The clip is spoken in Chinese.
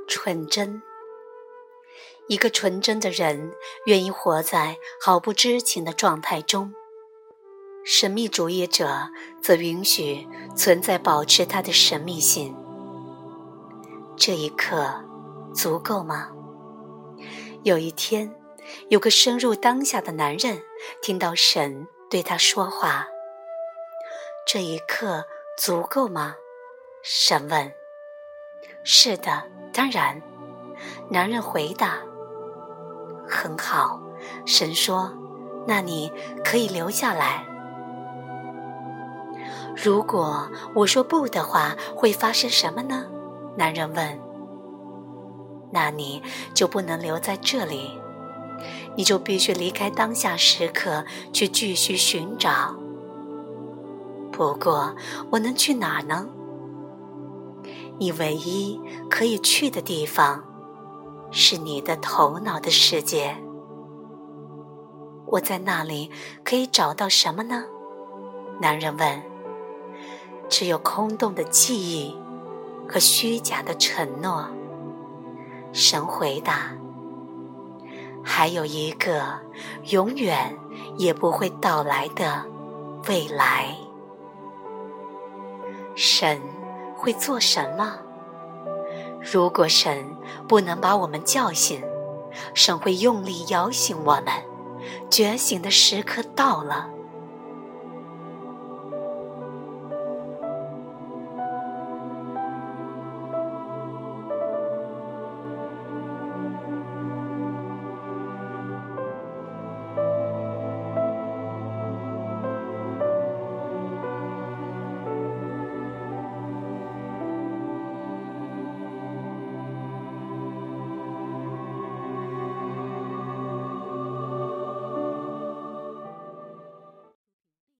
纯真。一个纯真的人愿意活在毫不知情的状态中，神秘主义者则允许存在保持它的神秘性。这一刻足够吗？有一天，有个深入当下的男人听到神对他说话。这一刻足够吗？神问。是的，当然。男人回答。很好，神说，那你可以留下来。如果我说不的话，会发生什么呢？男人问。那你就不能留在这里，你就必须离开当下时刻，去继续寻找。不过，我能去哪儿呢？你唯一可以去的地方，是你的头脑的世界。我在那里可以找到什么呢？男人问。只有空洞的记忆和虚假的承诺。神回答。还有一个永远也不会到来的未来。神会做什么？如果神不能把我们叫醒，神会用力摇醒我们，觉醒的时刻到了。